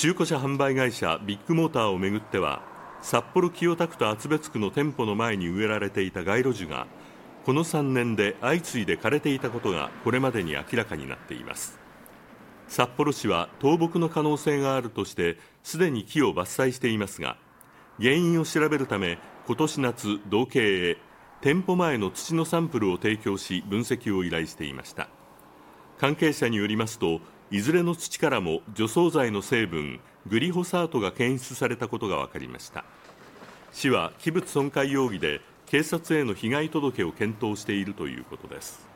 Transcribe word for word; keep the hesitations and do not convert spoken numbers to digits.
中古車販売会社ビッグモーターをめぐっては、札幌清田区と厚別区の店舗の前に植えられていた街路樹がこのさんねんで相次いで枯れていたことがこれまでに明らかになっています。札幌市は倒木の可能性があるとしてすでに木を伐採していますが、原因を調べるため今年夏、道警へ店舗前の土のサンプルを提供し分析を依頼していました。関係者によりますと、いずれの土からも除草剤の成分グリホサートが検出されたことが分かりました。市は器物損壊容疑で警察への被害届を検討しているということです。